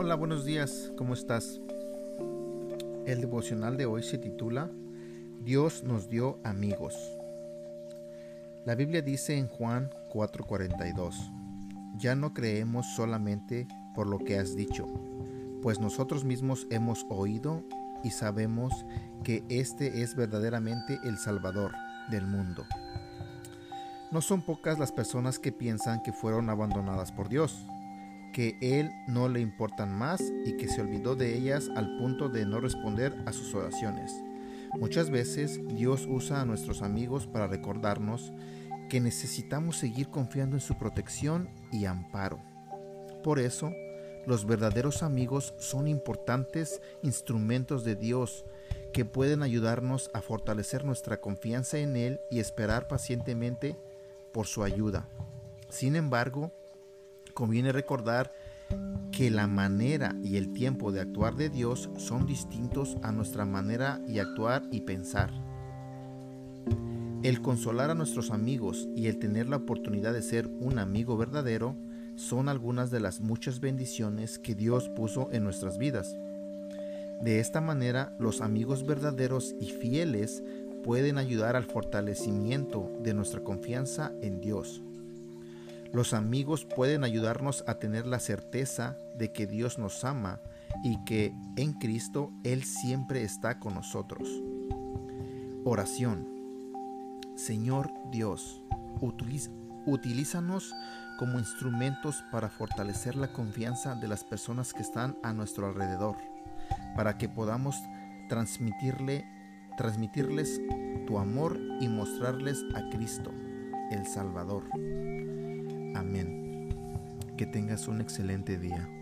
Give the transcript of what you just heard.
Hola, buenos días, ¿cómo estás? El devocional de hoy se titula Dios nos dio amigos. La Biblia dice en Juan 4:42, ya no creemos solamente por lo que has dicho, pues nosotros mismos hemos oído y sabemos que este es verdaderamente el Salvador del mundo. No son pocas las personas que piensan que fueron abandonadas por Dios, que Él no le importan más y que se olvidó de ellas al punto de no responder a sus oraciones. Muchas veces Dios usa a nuestros amigos para recordarnos que necesitamos seguir confiando en su protección y amparo. Por eso, los verdaderos amigos son importantes instrumentos de Dios que pueden ayudarnos a fortalecer nuestra confianza en Él y esperar pacientemente por su ayuda. Sin embargo, conviene recordar que la manera y el tiempo de actuar de Dios son distintos a nuestra manera de actuar y pensar. El consolar a nuestros amigos y el tener la oportunidad de ser un amigo verdadero son algunas de las muchas bendiciones que Dios puso en nuestras vidas. De esta manera, los amigos verdaderos y fieles pueden ayudar al fortalecimiento de nuestra confianza en Dios. Los amigos pueden ayudarnos a tener la certeza de que Dios nos ama y que en Cristo Él siempre está con nosotros. Oración. Señor Dios, utilízanos como instrumentos para fortalecer la confianza de las personas que están a nuestro alrededor, para que podamos transmitirles tu amor y mostrarles a Cristo, el Salvador. Amén. Que tengas un excelente día.